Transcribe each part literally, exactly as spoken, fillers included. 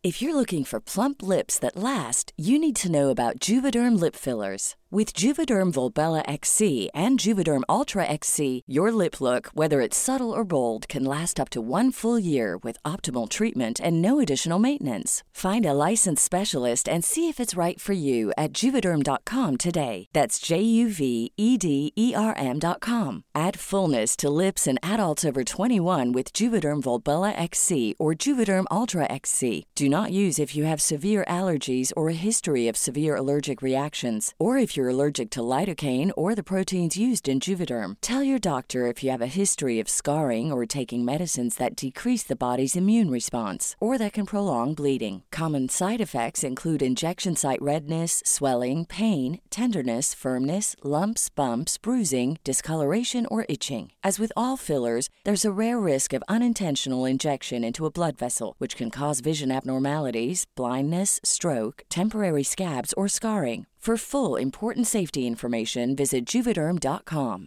If you're looking for plump lips that last, you need to know about Juvederm lip fillers. With Juvederm Volbella X C and Juvederm Ultra X C, your lip look, whether it's subtle or bold, can last up to one full year with optimal treatment and no additional maintenance. Find a licensed specialist and see if it's right for you at Juvederm dot com today. That's J U V E D E R M dot com. Add fullness to lips in adults over twenty-one with Juvederm Volbella X C or Juvederm Ultra X C. Do not use if you have severe allergies or a history of severe allergic reactions, or if you're allergic to lidocaine or the proteins used in Juvederm. Tell your doctor if you have a history of scarring or taking medicines that decrease the body's immune response or that can prolong bleeding. Common side effects include injection site redness, swelling, pain, tenderness, firmness, lumps, bumps, bruising, discoloration, or itching. As with all fillers, there's a rare risk of unintentional injection into a blood vessel, which can cause vision abnormalities, blindness, stroke, temporary scabs, or scarring. For full, important safety information, visit Juvederm dot com.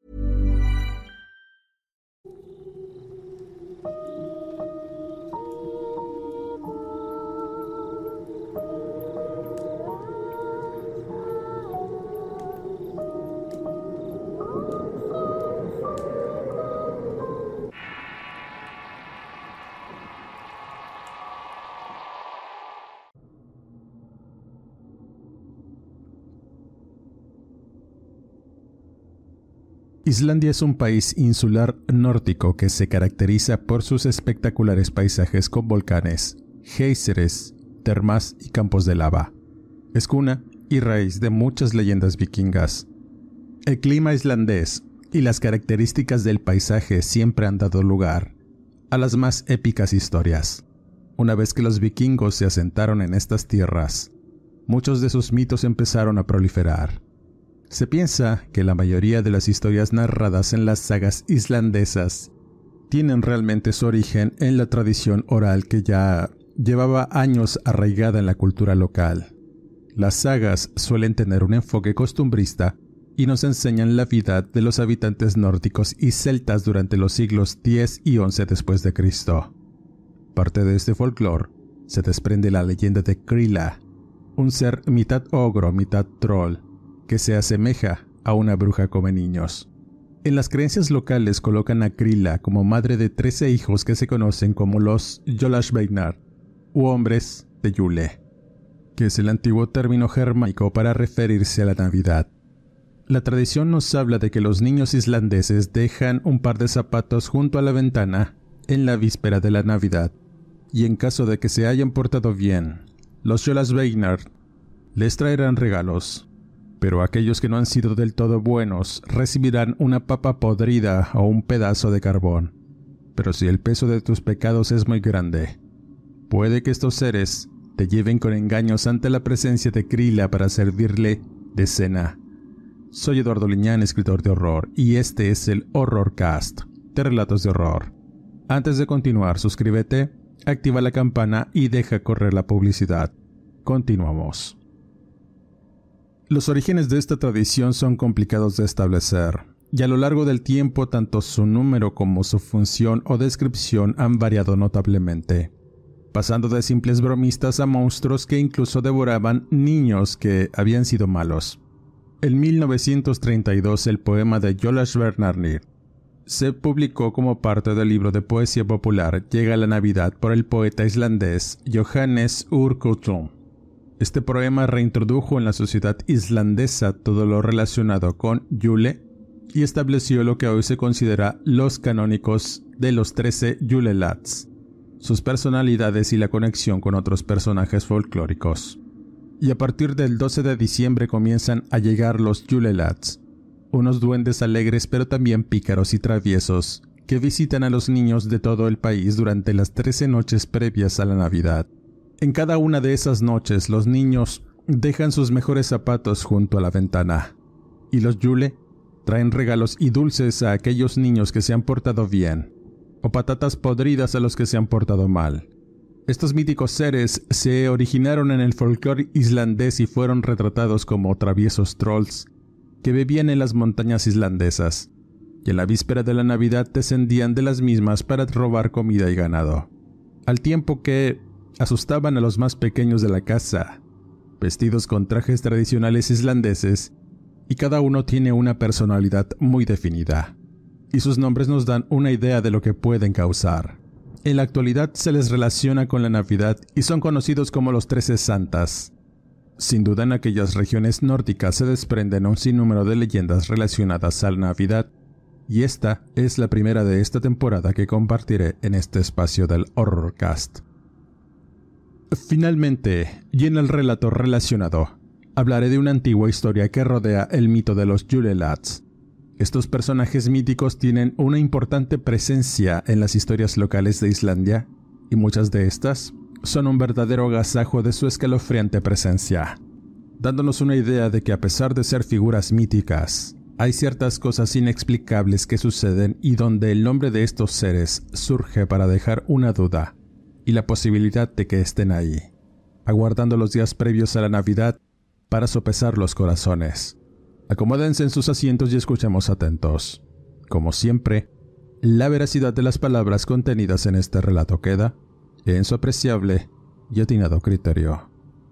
Islandia es un país insular nórdico que se caracteriza por sus espectaculares paisajes con volcanes, géiseres, termas y campos de lava. Es cuna y raíz de muchas leyendas vikingas. El clima islandés y las características del paisaje siempre han dado lugar a las más épicas historias. Una vez que los vikingos se asentaron en estas tierras, muchos de sus mitos empezaron a proliferar. Se piensa que la mayoría de las historias narradas en las sagas islandesas tienen realmente su origen en la tradición oral que ya llevaba años arraigada en la cultura local. Las sagas suelen tener un enfoque costumbrista y nos enseñan la vida de los habitantes nórdicos y celtas durante los siglos diez y once después de Cristo. Parte de este folclore se desprende la leyenda de Grýla, un ser mitad ogro, mitad troll, que se asemeja a una bruja come niños. En las creencias locales colocan a Grýla como madre de trece hijos que se conocen como los Jólasveinar, u hombres de Yule, que es el antiguo término germánico para referirse a la Navidad. La tradición nos habla de que los niños islandeses dejan un par de zapatos junto a la ventana en la víspera de la Navidad, y en caso de que se hayan portado bien, los Jólasveinar les traerán regalos. Pero aquellos que no han sido del todo buenos recibirán una papa podrida o un pedazo de carbón. Pero si el peso de tus pecados es muy grande, puede que estos seres te lleven con engaños ante la presencia de Grýla para servirle de cena. Soy Eduardo Liñán, escritor de horror, y este es el Horrorcast de Relatos de Horror. Antes de continuar, suscríbete, activa la campana y deja correr la publicidad. Continuamos. Los orígenes de esta tradición son complicados de establecer, y a lo largo del tiempo tanto su número como su función o descripción han variado notablemente, pasando de simples bromistas a monstruos que incluso devoraban niños que habían sido malos. En mil novecientos treinta y dos el poema de Jólasveinarnir se publicó como parte del libro de poesía popular Llega la Navidad por el poeta islandés Jóhannes Úr Guttorm. Este poema reintrodujo en la sociedad islandesa todo lo relacionado con Yule y estableció lo que hoy se considera los canónicos de los trece Yule-lads, sus personalidades y la conexión con otros personajes folclóricos. Y a partir del doce de diciembre comienzan a llegar los Yule-lads, unos duendes alegres pero también pícaros y traviesos que visitan a los niños de todo el país durante las trece noches previas a la Navidad. En cada una de esas noches los niños dejan sus mejores zapatos junto a la ventana, y los Yule traen regalos y dulces a aquellos niños que se han portado bien, o patatas podridas a los que se han portado mal. Estos míticos seres se originaron en el folclore islandés y fueron retratados como traviesos trolls que vivían en las montañas islandesas, y en la víspera de la Navidad descendían de las mismas para robar comida y ganado. Al tiempo que asustaban a los más pequeños de la casa, vestidos con trajes tradicionales islandeses, y cada uno tiene una personalidad muy definida, y sus nombres nos dan una idea de lo que pueden causar. En la actualidad se les relaciona con la Navidad y son conocidos como los Trece Santas. Sin duda, en aquellas regiones nórdicas se desprenden un sinnúmero de leyendas relacionadas a la Navidad, y esta es la primera de esta temporada que compartiré en este espacio del Horrorcast. Finalmente, y en el relato relacionado, hablaré de una antigua historia que rodea el mito de los Julelads. Estos personajes míticos tienen una importante presencia en las historias locales de Islandia, y muchas de estas son un verdadero agasajo de su escalofriante presencia, dándonos una idea de que a pesar de ser figuras míticas, hay ciertas cosas inexplicables que suceden y donde el nombre de estos seres surge para dejar una duda y la posibilidad de que estén ahí, aguardando los días previos a la Navidad para sopesar los corazones. Acomódense en sus asientos y escuchemos atentos. Como siempre, la veracidad de las palabras contenidas en este relato queda en su apreciable y atinado criterio.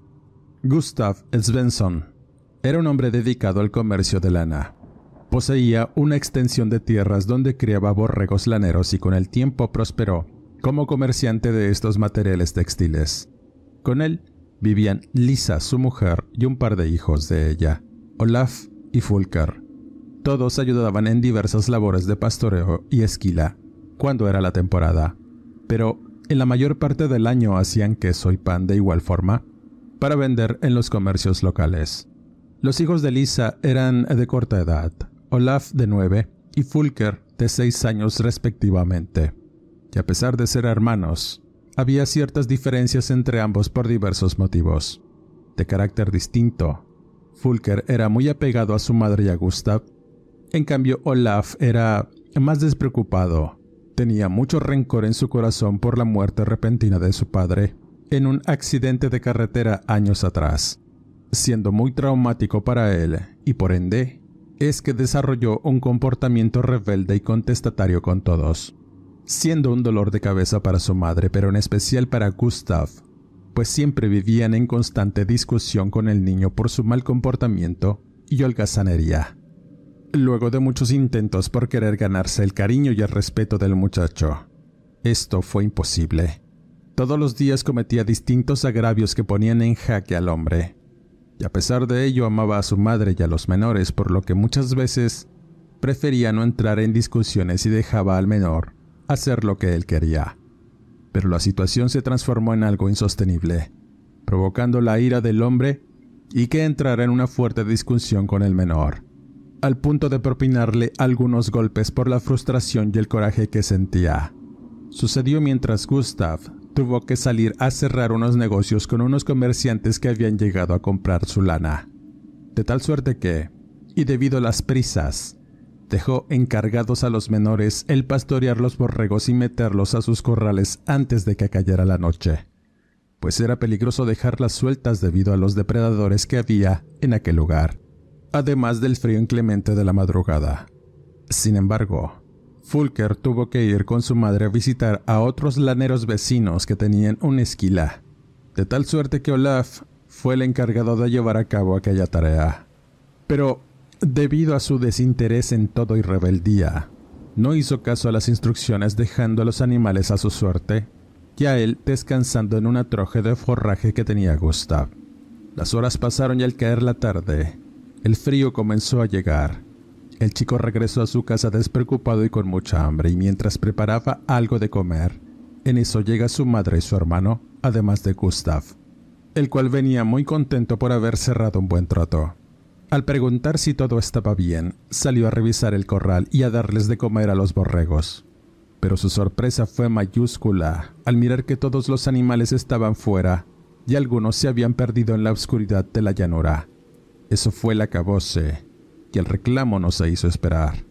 Gustav Svensson era un hombre dedicado al comercio de lana. Poseía una extensión de tierras donde criaba borregos laneros y con el tiempo prosperó como comerciante de estos materiales textiles. Con él vivían Lisa, su mujer, y un par de hijos de ella, Olaf y Fulker. Todos ayudaban en diversas labores de pastoreo y esquila cuando era la temporada, pero en la mayor parte del año hacían queso y pan de igual forma para vender en los comercios locales. Los hijos de Lisa eran de corta edad, Olaf de nueve y Fulker de seis años respectivamente, y a pesar de ser hermanos, había ciertas diferencias entre ambos por diversos motivos. De carácter distinto, Fulker era muy apegado a su madre y a Gustav. En cambio, Olaf era más despreocupado. Tenía mucho rencor en su corazón por la muerte repentina de su padre en un accidente de carretera años atrás, siendo muy traumático para él, y por ende, es que desarrolló un comportamiento rebelde y contestatario con todos, siendo un dolor de cabeza para su madre, pero en especial para Gustav, pues siempre vivían en constante discusión con el niño por su mal comportamiento y holgazanería. Luego de muchos intentos por querer ganarse el cariño y el respeto del muchacho, esto fue imposible. Todos los días cometía distintos agravios que ponían en jaque al hombre, y a pesar de ello amaba a su madre y a los menores, por lo que muchas veces prefería no entrar en discusiones y dejaba al menor hacer lo que él quería. Pero la situación se transformó en algo insostenible, provocando la ira del hombre y que entrara en una fuerte discusión con el menor, al punto de propinarle algunos golpes por la frustración y el coraje que sentía. Sucedió mientras Gustav tuvo que salir a cerrar unos negocios con unos comerciantes que habían llegado a comprar su lana, de tal suerte que, y debido a las prisas, dejó encargados a los menores el pastorear los borregos y meterlos a sus corrales antes de que cayera la noche, pues era peligroso dejarlas sueltas debido a los depredadores que había en aquel lugar, además del frío inclemente de la madrugada. Sin embargo, Fulker tuvo que ir con su madre a visitar a otros laneros vecinos que tenían una esquila, de tal suerte que Olaf fue el encargado de llevar a cabo aquella tarea. Pero, debido a su desinterés en todo y rebeldía, no hizo caso a las instrucciones, dejando a los animales a su suerte y a él descansando en una troje de forraje que tenía Gustav. Las horas pasaron y al caer la tarde, el frío comenzó a llegar. El chico regresó a su casa despreocupado y con mucha hambre, y mientras preparaba algo de comer, en eso llega su madre y su hermano, además de Gustav, el cual venía muy contento por haber cerrado un buen trato. Al preguntar si todo estaba bien, salió a revisar el corral y a darles de comer a los borregos. Pero su sorpresa fue mayúscula al mirar que todos los animales estaban fuera y algunos se habían perdido en la oscuridad de la llanura. Eso fue el acabose, y el reclamo no se hizo esperar.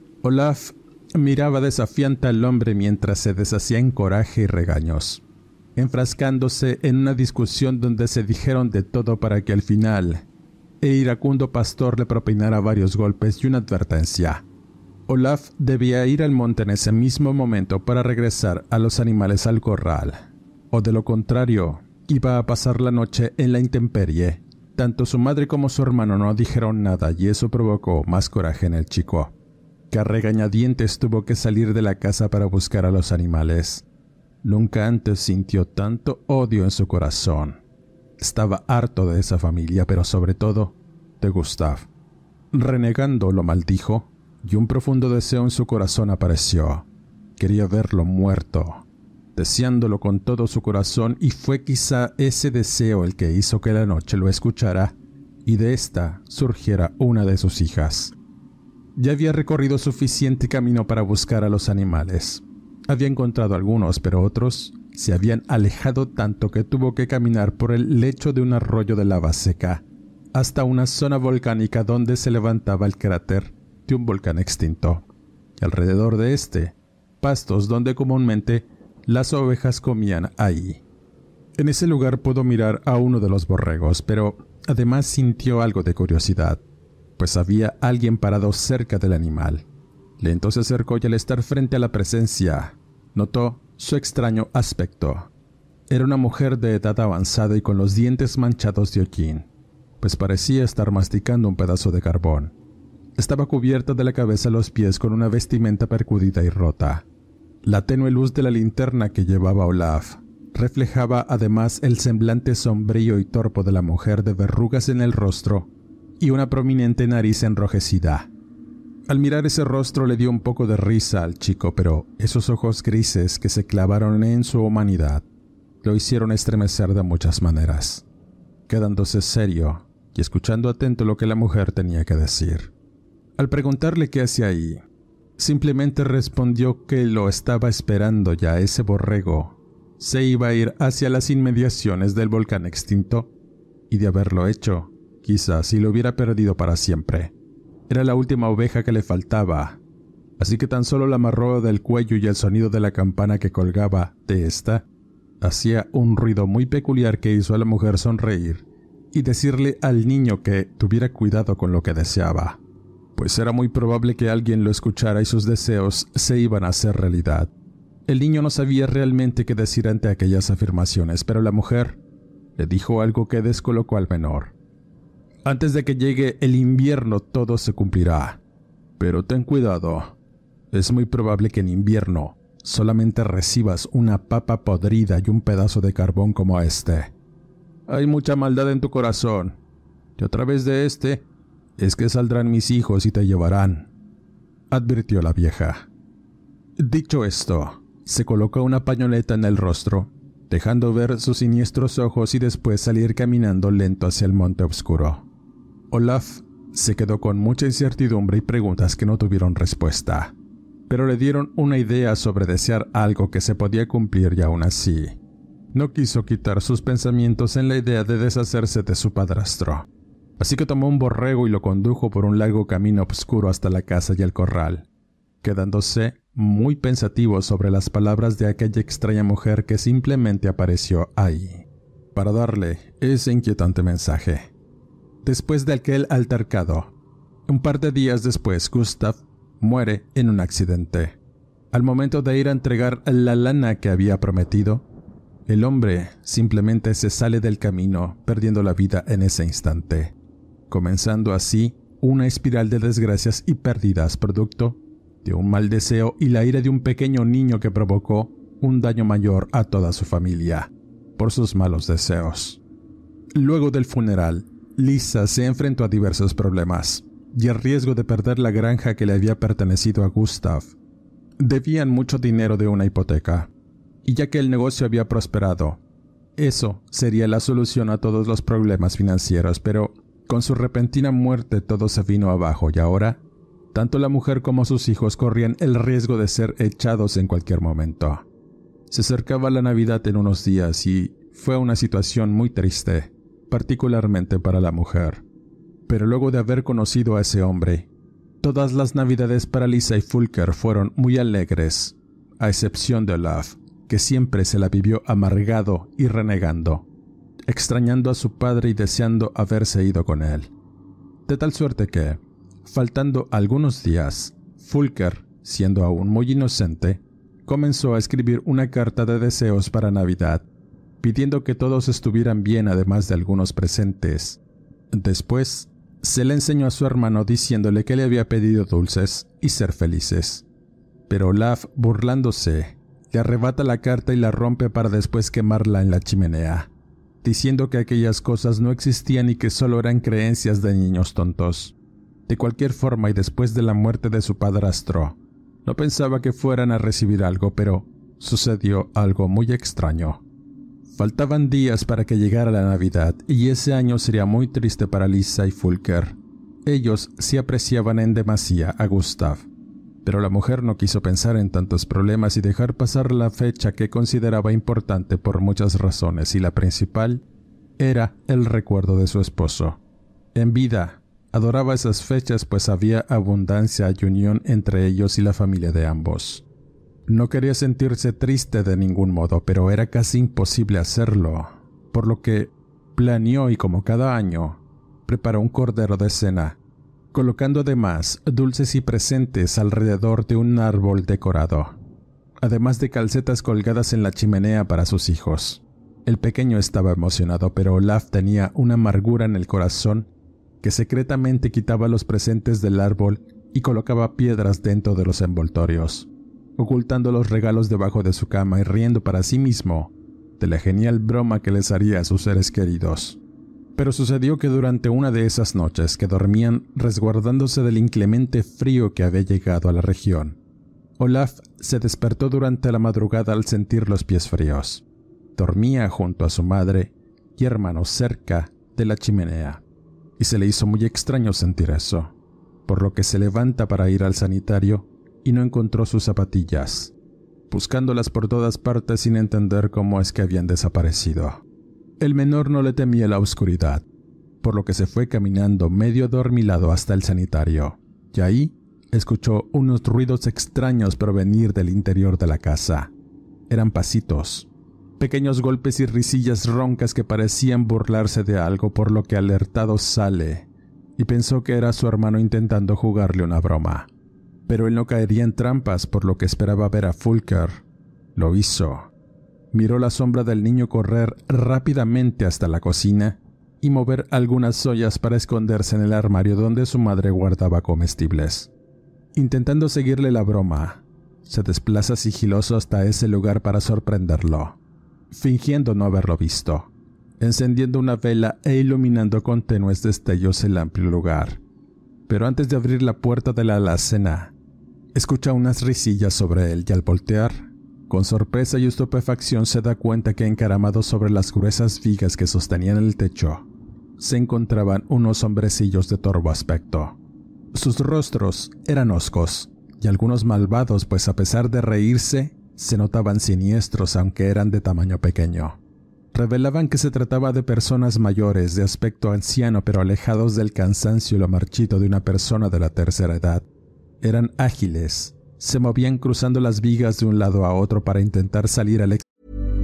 Olaf miraba desafiante al hombre mientras se deshacía en coraje y regaños, enfrascándose en una discusión donde se dijeron de todo para que al final el iracundo pastor le propinara varios golpes y una advertencia. Olaf debía ir al monte en ese mismo momento para regresar a los animales al corral, o de lo contrario, iba a pasar la noche en la intemperie. Tanto su madre como su hermano no dijeron nada y eso provocó más coraje en el chico, que a regañadientes tuvo que salir de la casa para buscar a los animales. Nunca antes sintió tanto odio en su corazón. Estaba harto de esa familia, pero sobre todo de Gustav. Renegando lo maldijo y un profundo deseo en su corazón apareció. Quería verlo muerto, deseándolo con todo su corazón, y fue quizá ese deseo el que hizo que la noche lo escuchara y de ésta surgiera una de sus hijas. Ya había recorrido suficiente camino para buscar a los animales. Había encontrado algunos, pero otros se habían alejado tanto que tuvo que caminar por el lecho de un arroyo de lava seca hasta una zona volcánica donde se levantaba el cráter de un volcán extinto. Y alrededor de este, pastos donde comúnmente las ovejas comían ahí. En ese lugar pudo mirar a uno de los borregos, pero además sintió algo de curiosidad, pues había alguien parado cerca del animal. Lento se acercó y al estar frente a la presencia, notó su extraño aspecto. Era una mujer de edad avanzada y con los dientes manchados de hollín, pues parecía estar masticando un pedazo de carbón. Estaba cubierta de la cabeza a los pies con una vestimenta percudida y rota. La tenue luz de la linterna que llevaba Olaf reflejaba además el semblante sombrío y torpe de la mujer, de verrugas en el rostro y una prominente nariz enrojecida. Al mirar ese rostro le dio un poco de risa al chico, pero esos ojos grises que se clavaron en su humanidad lo hicieron estremecer de muchas maneras, quedándose serio y escuchando atento lo que la mujer tenía que decir. Al preguntarle qué hacía ahí, simplemente respondió que lo estaba esperando ya. Ese borrego se iba a ir hacia las inmediaciones del volcán extinto y de haberlo hecho, quizás si lo hubiera perdido para siempre. Era la última oveja que le faltaba, así que tan solo la amarró del cuello y el sonido de la campana que colgaba de ésta hacía un ruido muy peculiar que hizo a la mujer sonreír y decirle al niño que tuviera cuidado con lo que deseaba, pues era muy probable que alguien lo escuchara y sus deseos se iban a hacer realidad. El niño no sabía realmente qué decir ante aquellas afirmaciones, pero la mujer le dijo algo que descolocó al menor. Antes de que llegue el invierno todo se cumplirá, pero ten cuidado. Es muy probable que en invierno solamente recibas una papa podrida y un pedazo de carbón como este. Hay mucha maldad en tu corazón, y a través de este es que saldrán mis hijos y te llevarán, advirtió la vieja. Dicho esto, se colocó una pañoleta en el rostro, dejando ver sus siniestros ojos y después salir caminando lento hacia el monte oscuro. Olaf se quedó con mucha incertidumbre y preguntas que no tuvieron respuesta, pero le dieron una idea sobre desear algo que se podía cumplir y aún así no quiso quitar sus pensamientos en la idea de deshacerse de su padrastro. Así que tomó un borrego y lo condujo por un largo camino oscuro hasta la casa y el corral, quedándose muy pensativo sobre las palabras de aquella extraña mujer que simplemente apareció ahí para darle ese inquietante mensaje. Después de aquel altercado, un par de días después, Gustav muere en un accidente. Al momento de ir a entregar la lana que había prometido, el hombre simplemente se sale del camino, perdiendo la vida en ese instante, comenzando así una espiral de desgracias y pérdidas producto de un mal deseo y la ira de un pequeño niño que provocó un daño mayor a toda su familia por sus malos deseos. Luego del funeral, Lisa se enfrentó a diversos problemas y el riesgo de perder la granja que le había pertenecido a Gustav. Debían mucho dinero de una hipoteca, y ya que el negocio había prosperado, eso sería la solución a todos los problemas financieros, pero con su repentina muerte todo se vino abajo y ahora tanto la mujer como sus hijos corrían el riesgo de ser echados en cualquier momento. Se acercaba la Navidad en unos días y fue una situación muy triste, particularmente para la mujer. Pero luego de haber conocido a ese hombre, todas las Navidades para Lisa y Fulker fueron muy alegres, a excepción de Olaf, que siempre se la vivió amargado y renegando, extrañando a su padre y deseando haberse ido con él. De tal suerte que, faltando algunos días, Fulker, siendo aún muy inocente, comenzó a escribir una carta de deseos para Navidad pidiendo que todos estuvieran bien además de algunos presentes. Después, se le enseñó a su hermano diciéndole que le había pedido dulces y ser felices. Pero Olaf, burlándose, le arrebata la carta y la rompe para después quemarla en la chimenea, diciendo que aquellas cosas no existían y que solo eran creencias de niños tontos. De cualquier forma, y después de la muerte de su padrastro, no pensaba que fueran a recibir algo, pero sucedió algo muy extraño. Faltaban días para que llegara la Navidad, y ese año sería muy triste para Lisa y Fulker. Ellos sí apreciaban en demasía a Gustav, pero la mujer no quiso pensar en tantos problemas y dejar pasar la fecha que consideraba importante por muchas razones, y la principal era el recuerdo de su esposo. En vida, adoraba esas fechas pues había abundancia y unión entre ellos y la familia de ambos. No quería sentirse triste de ningún modo, pero era casi imposible hacerlo, por lo que planeó y como cada año, preparó un cordero de cena, colocando además dulces y presentes alrededor de un árbol decorado, además de calcetas colgadas en la chimenea para sus hijos. El pequeño estaba emocionado, pero Olaf tenía una amargura en el corazón que secretamente quitaba los presentes del árbol y colocaba piedras dentro de los envoltorios, ocultando los regalos debajo de su cama y riendo para sí mismo de la genial broma que les haría a sus seres queridos. Pero sucedió que durante una de esas noches que dormían resguardándose del inclemente frío que había llegado a la región, Olaf se despertó durante la madrugada al sentir los pies fríos. Dormía junto a su madre y hermano cerca de la chimenea, y se le hizo muy extraño sentir eso, por lo que se levanta para ir al sanitario y no encontró sus zapatillas, buscándolas por todas partes sin entender cómo es que habían desaparecido. El menor no le temía la oscuridad, por lo que se fue caminando medio adormilado hasta el sanitario, y ahí escuchó unos ruidos extraños provenir del interior de la casa. Eran pasitos, pequeños golpes y risillas roncas que parecían burlarse de algo, por lo que alertado sale y pensó que era su hermano intentando jugarle una broma. Pero él no caería en trampas, por lo que esperaba ver a Fulker. Lo hizo. Miró la sombra del niño correr rápidamente hasta la cocina y mover algunas ollas para esconderse en el armario donde su madre guardaba comestibles. Intentando seguirle la broma, se desplaza sigiloso hasta ese lugar para sorprenderlo, fingiendo no haberlo visto, encendiendo una vela e iluminando con tenues destellos el amplio lugar. Pero antes de abrir la puerta de la alacena, escucha unas risillas sobre él y al voltear, con sorpresa y estupefacción se da cuenta que encaramados sobre las gruesas vigas que sostenían el techo, se encontraban unos hombrecillos de torvo aspecto. Sus rostros eran hoscos y algunos malvados, pues a pesar de reírse, se notaban siniestros aunque eran de tamaño pequeño. Revelaban que se trataba de personas mayores, de aspecto anciano pero alejados del cansancio y lo marchito de una persona de la tercera edad. Eran ágiles, se movían cruzando las vigas de un lado a otro para intentar salir al exterior.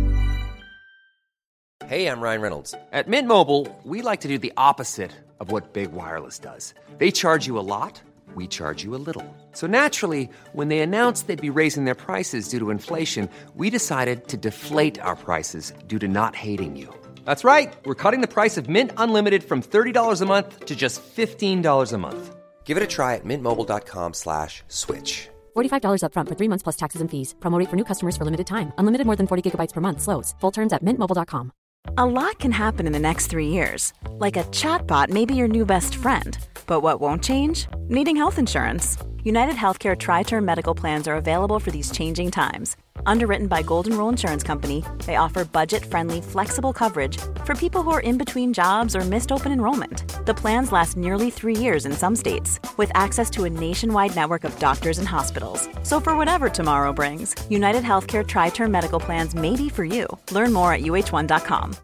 Hey, I'm Ryan Reynolds. At Mint Mobile, we like to do the opposite of what Big Wireless does. They charge you a lot, we charge you a little. So naturally, when they announced they'd be raising their prices due to inflation, we decided to deflate our prices due to not hating you. That's right. We're cutting the price of Mint Unlimited from thirty dollars a month to just fifteen dollars a month. Give it a try at mintmobile.com slash switch. forty-five dollars up front for three months plus taxes and fees. Promo rate for new customers for limited time. Unlimited more than forty gigabytes per month. Slows full terms at mint mobile dot com. A lot can happen in the next three years. Like a chatbot may be your new best friend. But what won't change? Needing health insurance. United Healthcare Tri-Term Medical Plans are available for these changing times. Underwritten by Golden Rule Insurance Company, they offer budget-friendly, flexible coverage for people who are in between jobs or missed open enrollment. The plans last nearly three years in some states, with access to a nationwide network of doctors and hospitals. So for whatever tomorrow brings, United Healthcare Tri-Term Medical Plans may be for you. Learn more at U H one dot com.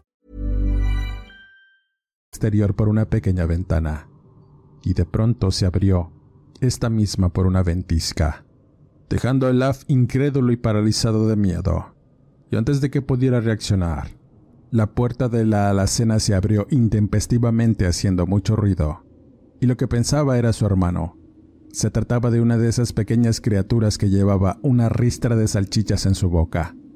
Exterior por una pequeña ventana, y de pronto se abrió, esta misma por una ventisca, dejando a Olaf incrédulo y paralizado de miedo. Y antes de que pudiera reaccionar, la puerta de la alacena se abrió intempestivamente haciendo mucho ruido, y lo que pensaba era su hermano. Se trataba de una de esas pequeñas criaturas que llevaba una ristra de salchichas en su boca,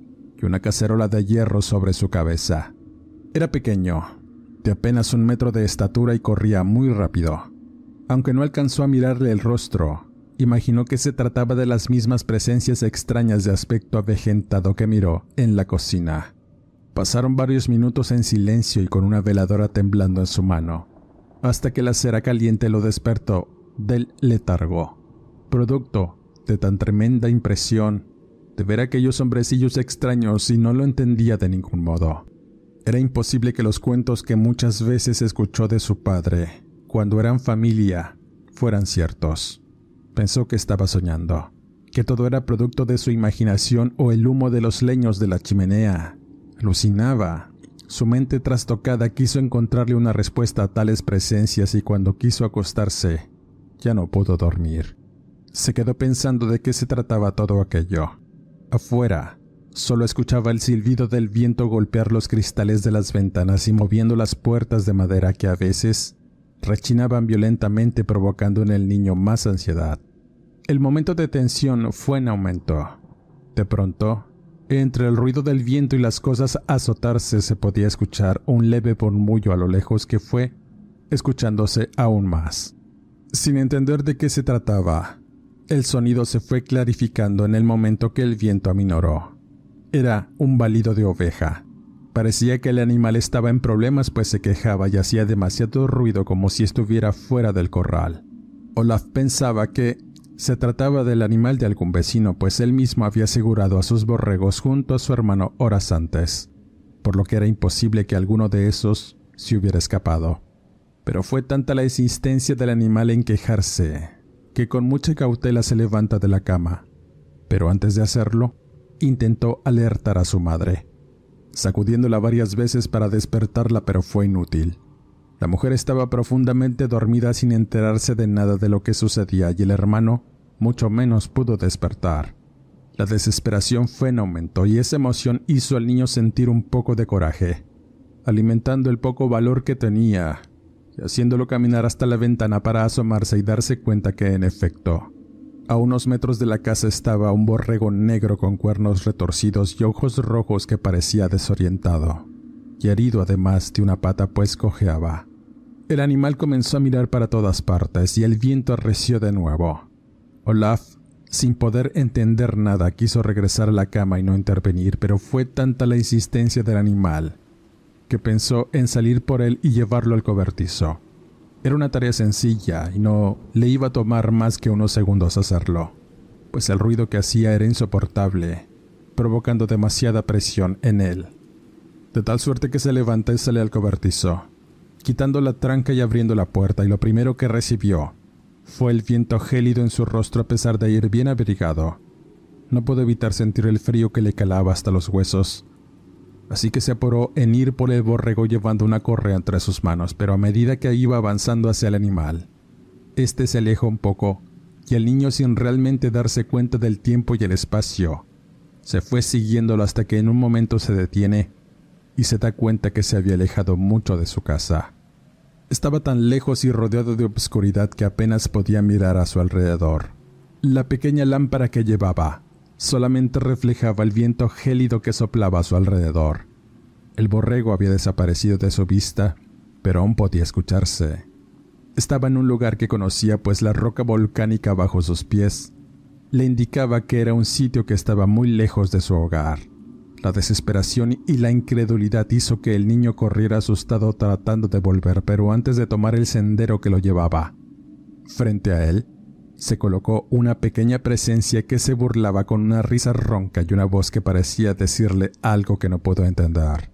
y una cacerola de hierro sobre su cabeza. Era pequeño, de apenas un metro de estatura y corría muy rápido. Aunque no alcanzó a mirarle el rostro, imaginó que se trataba de las mismas presencias extrañas de aspecto avejentado que miró en la cocina. Pasaron varios minutos en silencio y con una veladora temblando en su mano, hasta que la cera caliente lo despertó del letargo, producto de tan tremenda impresión de ver aquellos hombrecillos extraños y no lo entendía de ningún modo. Era imposible que los cuentos que muchas veces escuchó de su padre, cuando eran familia, fueran ciertos. Pensó que estaba soñando, que todo era producto de su imaginación o el humo de los leños de la chimenea. Alucinaba. Su mente trastocada quiso encontrarle una respuesta a tales presencias y cuando quiso acostarse, ya no pudo dormir. Se quedó pensando de qué se trataba todo aquello. Afuera, solo escuchaba el silbido del viento golpear los cristales de las ventanas y moviendo las puertas de madera que a veces rechinaban violentamente provocando en el niño más ansiedad. El momento de tensión fue en aumento. De pronto, entre el ruido del viento y las cosas azotarse se podía escuchar un leve murmullo a lo lejos que fue escuchándose aún más. Sin entender de qué se trataba, el sonido se fue clarificando en el momento que el viento aminoró. Era un balido de oveja. Parecía que el animal estaba en problemas pues se quejaba y hacía demasiado ruido como si estuviera fuera del corral. Olaf pensaba que se trataba del animal de algún vecino, pues él mismo había asegurado a sus borregos junto a su hermano horas antes, por lo que era imposible que alguno de esos se hubiera escapado. Pero fue tanta la insistencia del animal en quejarse, que con mucha cautela se levanta de la cama, pero antes de hacerlo, intentó alertar a su madre, sacudiéndola varias veces para despertarla, pero fue inútil. La mujer estaba profundamente dormida sin enterarse de nada de lo que sucedía y el hermano mucho menos pudo despertar. La desesperación fue en aumento y esa emoción hizo al niño sentir un poco de coraje, alimentando el poco valor que tenía y haciéndolo caminar hasta la ventana para asomarse y darse cuenta que, en efecto, a unos metros de la casa estaba un borrego negro con cuernos retorcidos y ojos rojos que parecía desorientado, y herido además de una pata pues cojeaba. El animal comenzó a mirar para todas partes y el viento arreció de nuevo. Olaf, sin poder entender nada, quiso regresar a la cama y no intervenir, pero fue tanta la insistencia del animal que pensó en salir por él y llevarlo al cobertizo. Era una tarea sencilla y no le iba a tomar más que unos segundos hacerlo, pues el ruido que hacía era insoportable, provocando demasiada presión en él. De tal suerte que se levantó y salió al cobertizo, quitando la tranca y abriendo la puerta, y lo primero que recibió fue el viento gélido en su rostro a pesar de ir bien abrigado. No pudo evitar sentir el frío que le calaba hasta los huesos, así que se apuró en ir por el borrego llevando una correa entre sus manos, pero a medida que iba avanzando hacia el animal, este se alejó un poco y el niño, sin realmente darse cuenta del tiempo y el espacio, se fue siguiéndolo hasta que en un momento se detiene y se da cuenta que se había alejado mucho de su casa. Estaba tan lejos y rodeado de obscuridad que apenas podía mirar a su alrededor. La pequeña lámpara que llevaba solamente reflejaba el viento gélido que soplaba a su alrededor. El borrego había desaparecido de su vista, pero aún podía escucharse. Estaba en un lugar que conocía, pues la roca volcánica bajo sus pies le indicaba que era un sitio que estaba muy lejos de su hogar. La desesperación y la incredulidad hizo que el niño corriera asustado tratando de volver, pero antes de tomar el sendero que lo llevaba, frente a él, se colocó una pequeña presencia que se burlaba con una risa ronca y una voz que parecía decirle algo que no pudo entender.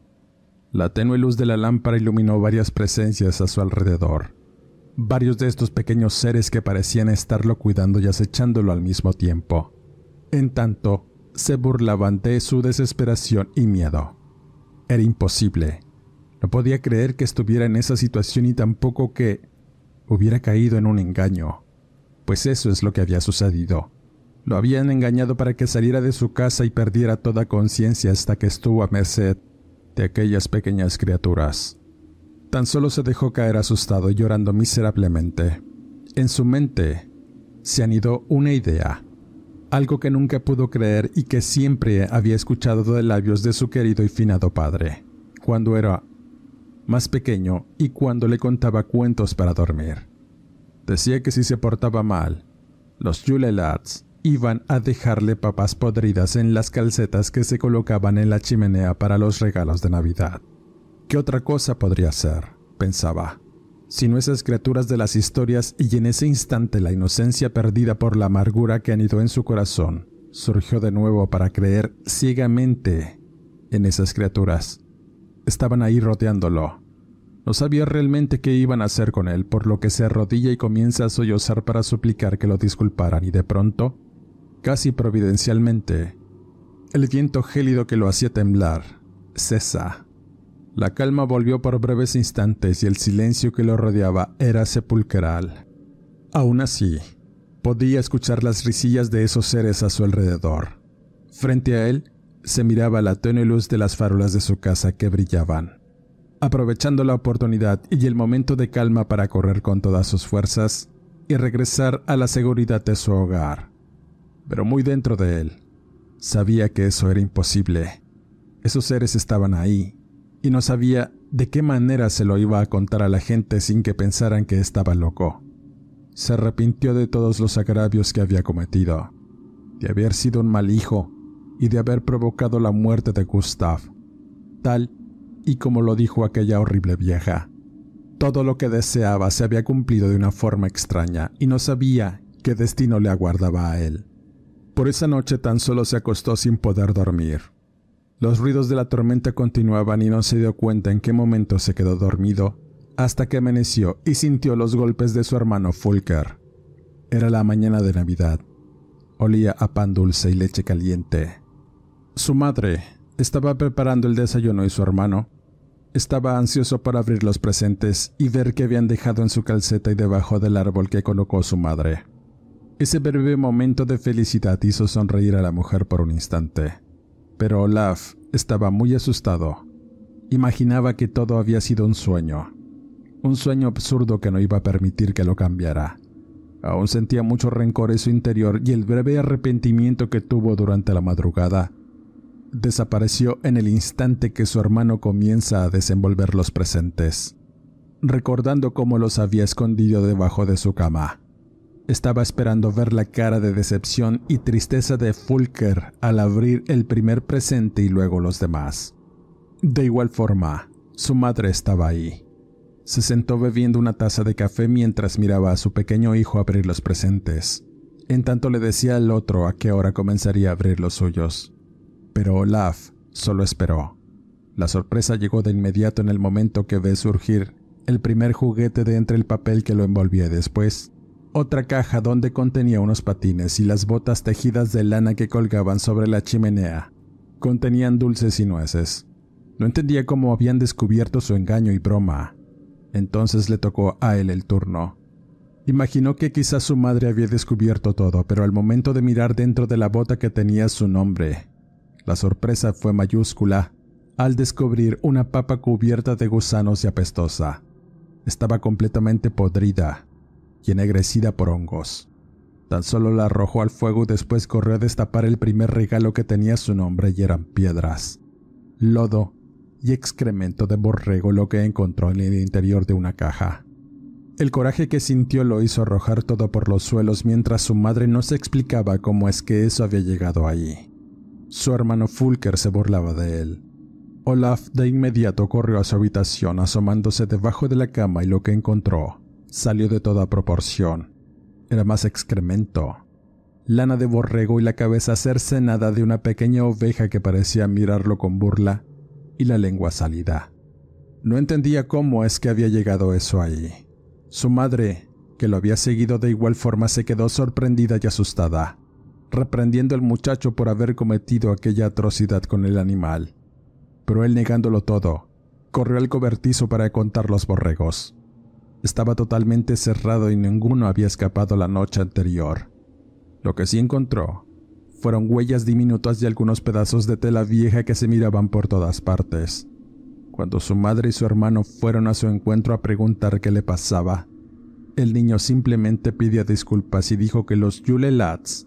La tenue luz de la lámpara iluminó varias presencias a su alrededor, varios de estos pequeños seres que parecían estarlo cuidando y acechándolo al mismo tiempo. En tanto, se burlaban de su desesperación y miedo. Era imposible. No podía creer que estuviera en esa situación y tampoco que hubiera caído en un engaño, pues eso es lo que había sucedido. Lo habían engañado para que saliera de su casa y perdiera toda conciencia hasta que estuvo a merced de aquellas pequeñas criaturas. Tan solo se dejó caer asustado y llorando miserablemente. En su mente se anidó una idea. algo que nunca pudo creer y que siempre había escuchado de labios de su querido y finado padre, cuando era más pequeño y cuando le contaba cuentos para dormir. Decía que si se portaba mal, los Yule Lads iban a dejarle papas podridas en las calcetas que se colocaban en la chimenea para los regalos de Navidad. ¿Qué otra cosa podría ser?, pensaba, sino esas criaturas de las historias, y en ese instante la inocencia perdida por la amargura que anidó en su corazón surgió de nuevo para creer ciegamente en esas criaturas. Estaban ahí rodeándolo. No sabía realmente qué iban a hacer con él, por lo que se arrodilla y comienza a sollozar para suplicar que lo disculparan, y de pronto, casi providencialmente, el viento gélido que lo hacía temblar cesa. La calma volvió por breves instantes y el silencio que lo rodeaba era sepulcral. Aún así, podía escuchar las risillas de esos seres a su alrededor. Frente a él, se miraba la tenue luz de las farolas de su casa que brillaban. Aprovechando la oportunidad y el momento de calma para correr con todas sus fuerzas y regresar a la seguridad de su hogar. Pero muy dentro de él, sabía que eso era imposible. Esos seres estaban ahí, y no sabía de qué manera se lo iba a contar a la gente sin que pensaran que estaba loco. Se arrepintió de todos los agravios que había cometido, de haber sido un mal hijo y de haber provocado la muerte de Gustav, tal y como lo dijo aquella horrible vieja. Todo lo que deseaba se había cumplido de una forma extraña y no sabía qué destino le aguardaba a él. Por esa noche tan solo se acostó sin poder dormir. Los ruidos de la tormenta continuaban y no se dio cuenta en qué momento se quedó dormido, hasta que amaneció y sintió los golpes de su hermano Fulker. Era la mañana de Navidad. Olía a pan dulce y leche caliente. Su madre estaba preparando el desayuno y su hermano estaba ansioso por abrir los presentes y ver qué habían dejado en su calceta y debajo del árbol que colocó su madre. Ese breve momento de felicidad hizo sonreír a la mujer por un instante. Pero Olaf estaba muy asustado. Imaginaba que todo había sido un sueño. Un sueño absurdo que no iba a permitir que lo cambiara. Aún sentía mucho rencor en su interior y el breve arrepentimiento que tuvo durante la madrugada desapareció en el instante que su hermano comienza a desenvolver los presentes, recordando cómo los había escondido debajo de su cama. Estaba esperando ver la cara de decepción y tristeza de Fulker al abrir el primer presente y luego los demás. De igual forma, su madre estaba ahí. Se sentó bebiendo una taza de café mientras miraba a su pequeño hijo abrir los presentes. En tanto le decía al otro a qué hora comenzaría a abrir los suyos. Pero Olaf solo esperó. La sorpresa llegó de inmediato en el momento que ve surgir el primer juguete de entre el papel que lo envolvía y después otra caja donde contenía unos patines y las botas tejidas de lana que colgaban sobre la chimenea. Contenían dulces y nueces. No entendía cómo habían descubierto su engaño y broma. Entonces le tocó a él el turno. Imaginó que quizás su madre había descubierto todo, pero al momento de mirar dentro de la bota que tenía su nombre, la sorpresa fue mayúscula al descubrir una papa cubierta de gusanos y apestosa. Estaba completamente podrida y ennegrecida por hongos. Tan solo la arrojó al fuego y después corrió a destapar el primer regalo que tenía su nombre y eran piedras, lodo y excremento de borrego lo que encontró en el interior de una caja. El coraje que sintió lo hizo arrojar todo por los suelos mientras su madre no se explicaba cómo es que eso había llegado allí. Su hermano Fulker se burlaba de él. Olaf de inmediato corrió a su habitación asomándose debajo de la cama y lo que encontró salió de toda proporción. Era más excremento, lana de borrego y la cabeza cercenada de una pequeña oveja que parecía mirarlo con burla y la lengua salida. No entendía cómo es que había llegado eso ahí. Su madre, que lo había seguido de igual forma, se quedó sorprendida y asustada, reprendiendo al muchacho por haber cometido aquella atrocidad con el animal. Pero él, negándolo todo, corrió al cobertizo para contar los borregos. Estaba totalmente cerrado y ninguno había escapado la noche anterior. Lo que sí encontró fueron huellas diminutas y algunos pedazos de tela vieja que se miraban por todas partes. Cuando su madre y su hermano fueron a su encuentro a preguntar qué le pasaba, el niño simplemente pidió disculpas y dijo que los Yule Lads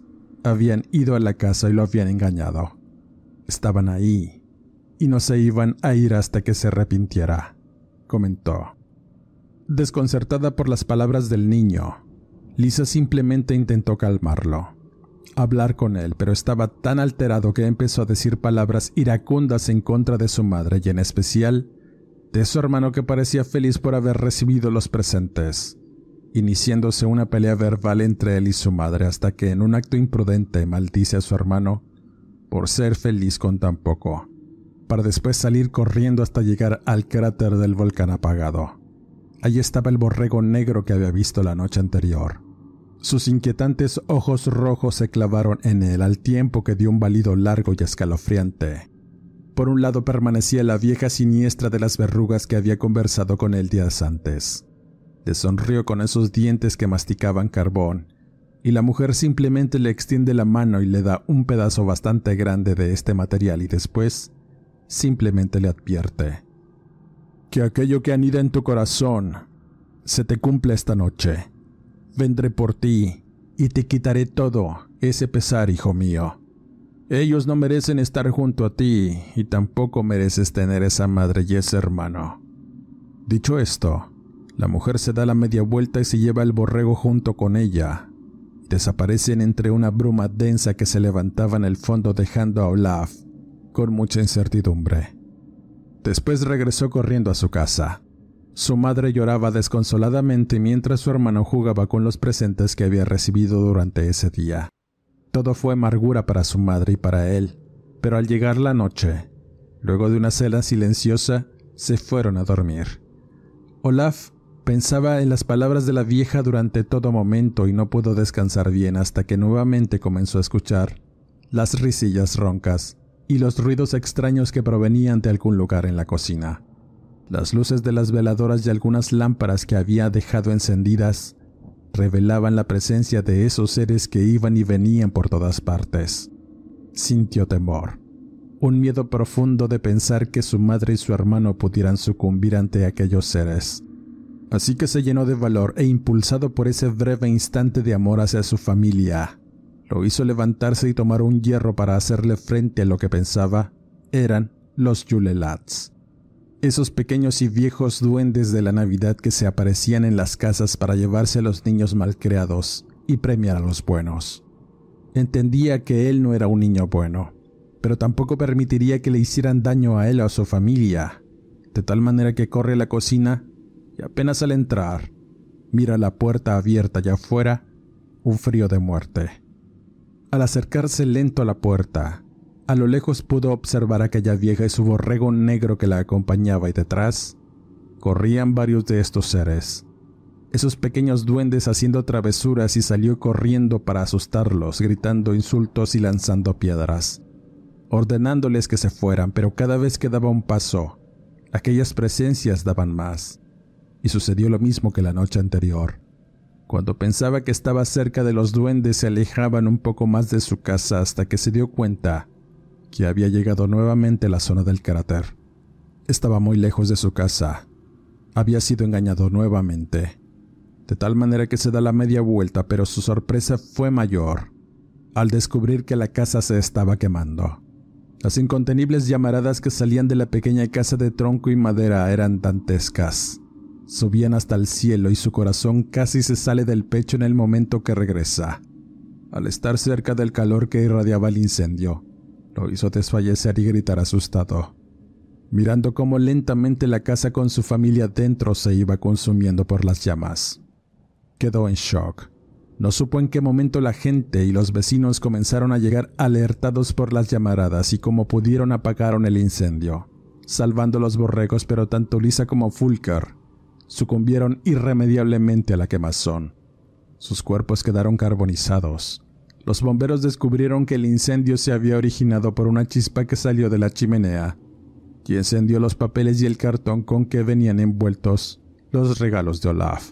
habían ido a la casa y lo habían engañado. Estaban ahí y no se iban a ir hasta que se arrepintiera, comentó. Desconcertada por las palabras del niño, Lisa simplemente intentó calmarlo, hablar con él, pero estaba tan alterado que empezó a decir palabras iracundas en contra de su madre y en especial de su hermano, que parecía feliz por haber recibido los presentes, iniciándose una pelea verbal entre él y su madre hasta que en un acto imprudente maldice a su hermano por ser feliz con tan poco, para después salir corriendo hasta llegar al cráter del volcán apagado. Allí estaba el borrego negro que había visto la noche anterior. Sus inquietantes ojos rojos se clavaron en él al tiempo que dio un balido largo y escalofriante. Por un lado permanecía la vieja siniestra de las verrugas que había conversado con él días antes. Le sonrió con esos dientes que masticaban carbón, y la mujer simplemente le extiende la mano y le da un pedazo bastante grande de este material y después simplemente le advierte: que aquello que anida en tu corazón se te cumple esta noche. Vendré por ti y te quitaré todo ese pesar, hijo mío. Ellos no merecen estar junto a ti y tampoco mereces tener esa madre y ese hermano. Dicho esto, la mujer se da la media vuelta y se lleva el borrego junto con ella. Desaparecen entre una bruma densa que se levantaba en el fondo, dejando a Olaf con mucha incertidumbre. Después regresó corriendo a su casa. Su madre lloraba desconsoladamente mientras su hermano jugaba con los presentes que había recibido durante ese día. Todo fue amargura para su madre y para él, pero al llegar la noche, luego de una cena silenciosa, se fueron a dormir. Olaf pensaba en las palabras de la vieja durante todo momento y no pudo descansar bien hasta que nuevamente comenzó a escuchar las risillas roncas y los ruidos extraños que provenían de algún lugar en la cocina. Las luces de las veladoras y algunas lámparas que había dejado encendidas revelaban la presencia de esos seres que iban y venían por todas partes. Sintió temor, un miedo profundo de pensar que su madre y su hermano pudieran sucumbir ante aquellos seres. Así que se llenó de valor e impulsado por ese breve instante de amor hacia su familia, lo hizo levantarse y tomar un hierro para hacerle frente a lo que pensaba eran los Yule Lads. Esos pequeños y viejos duendes de la Navidad que se aparecían en las casas para llevarse a los niños malcriados y premiar a los buenos. Entendía que él no era un niño bueno, pero tampoco permitiría que le hicieran daño a él o a su familia, de tal manera que corre a la cocina y apenas al entrar, mira la puerta abierta y afuera un frío de muerte. Al acercarse lento a la puerta, a lo lejos pudo observar a aquella vieja y su borrego negro que la acompañaba, y detrás corrían varios de estos seres, esos pequeños duendes haciendo travesuras, y salió corriendo para asustarlos, gritando insultos y lanzando piedras, ordenándoles que se fueran, pero cada vez que daba un paso, aquellas presencias daban más, y sucedió lo mismo que la noche anterior. Cuando pensaba que estaba cerca de los duendes, se alejaban un poco más de su casa hasta que se dio cuenta que había llegado nuevamente a la zona del cráter. Estaba muy lejos de su casa. Había sido engañado nuevamente, de tal manera que se da la media vuelta, pero su sorpresa fue mayor al descubrir que la casa se estaba quemando. Las incontenibles llamaradas que salían de la pequeña casa de tronco y madera eran dantescas. Subían hasta el cielo y su corazón casi se sale del pecho en el momento que regresa. Al estar cerca del calor que irradiaba el incendio, lo hizo desfallecer y gritar asustado, mirando cómo lentamente la casa con su familia dentro se iba consumiendo por las llamas. Quedó en shock. No supo en qué momento la gente y los vecinos comenzaron a llegar alertados por las llamaradas y como pudieron apagaron el incendio, salvando los borregos, pero tanto Lisa como Fulker sucumbieron irremediablemente a la quemazón. Sus cuerpos quedaron carbonizados. Los bomberos descubrieron que el incendio se había originado por una chispa que salió de la chimenea y encendió los papeles y el cartón con que venían envueltos los regalos de Olaf.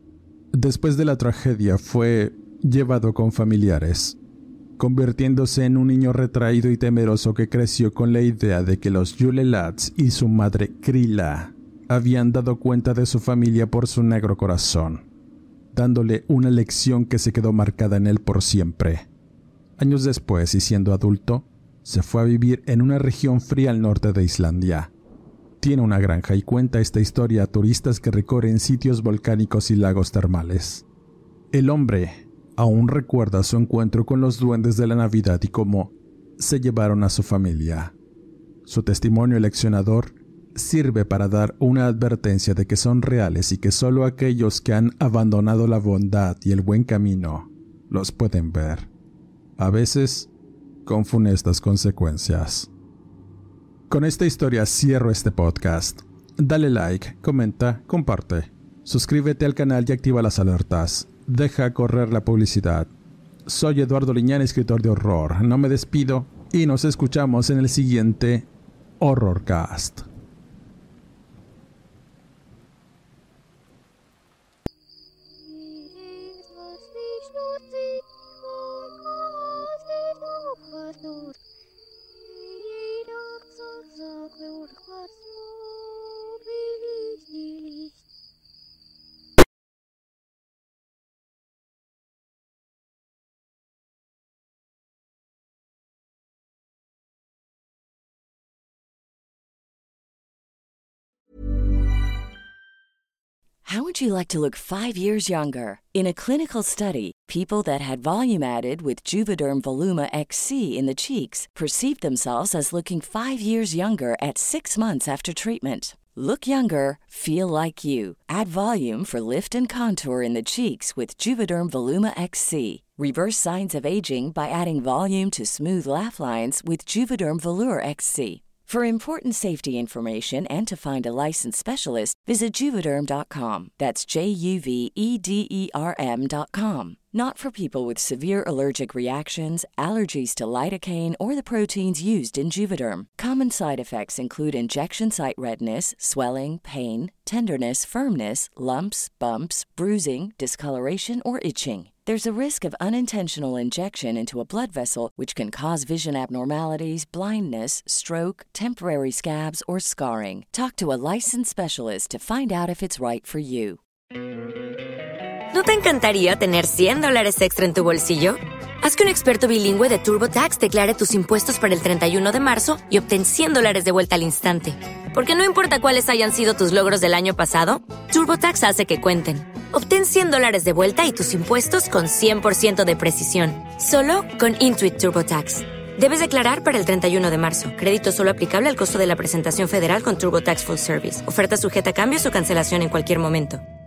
Después de la tragedia fue llevado con familiares, convirtiéndose en un niño retraído y temeroso que creció con la idea de que los Yule Lads y su madre Krilla habían dado cuenta de su familia por su negro corazón, dándole una lección que se quedó marcada en él por siempre. Años después, y siendo adulto, se fue a vivir en una región fría al norte de Islandia. Tiene una granja y cuenta esta historia a turistas que recorren sitios volcánicos y lagos termales. El hombre aún recuerda su encuentro con los duendes de la Navidad y cómo se llevaron a su familia. Su testimonio leccionador sirve para dar una advertencia de que son reales y que solo aquellos que han abandonado la bondad y el buen camino los pueden ver. A veces, con funestas consecuencias. Con esta historia cierro este podcast. Dale like, comenta, comparte. Suscríbete al canal y activa las alertas. Deja correr la publicidad. Soy Eduardo Liñán, escritor de horror. No me despido y nos escuchamos en el siguiente Horrorcast. How would you like to look five years younger? In a clinical study, people that had volume added with Juvederm Voluma X C in the cheeks perceived themselves as looking five years younger at six months after treatment. Look younger, feel like you. Add volume for lift and contour in the cheeks with Juvederm Voluma X C. Reverse signs of aging by adding volume to smooth laugh lines with Juvederm Volure X C. For important safety information and to find a licensed specialist, visit Juvederm dot com. That's J U V E D E R M dot com. Not for people with severe allergic reactions, allergies to lidocaine, or the proteins used in Juvederm. Common side effects include injection site redness, swelling, pain, tenderness, firmness, lumps, bumps, bruising, discoloration, or itching. There's a risk of unintentional injection into a blood vessel, which can cause vision abnormalities, blindness, stroke, temporary scabs, or scarring. Talk to a licensed specialist to find out if it's right for you. ¿No te encantaría tener cien dólares extra en tu bolsillo? Haz que un experto bilingüe de TurboTax declare tus impuestos para el treinta y uno de marzo y obtén cien dólares de vuelta al instante. Porque no importa cuáles hayan sido tus logros del año pasado, TurboTax hace que cuenten. Obtén cien dólares de vuelta y tus impuestos con cien por ciento de precisión. Solo con Intuit TurboTax. Debes declarar para el treinta y uno de marzo. Crédito solo aplicable al costo de la presentación federal con TurboTax Full Service. Oferta sujeta a cambios o cancelación en cualquier momento.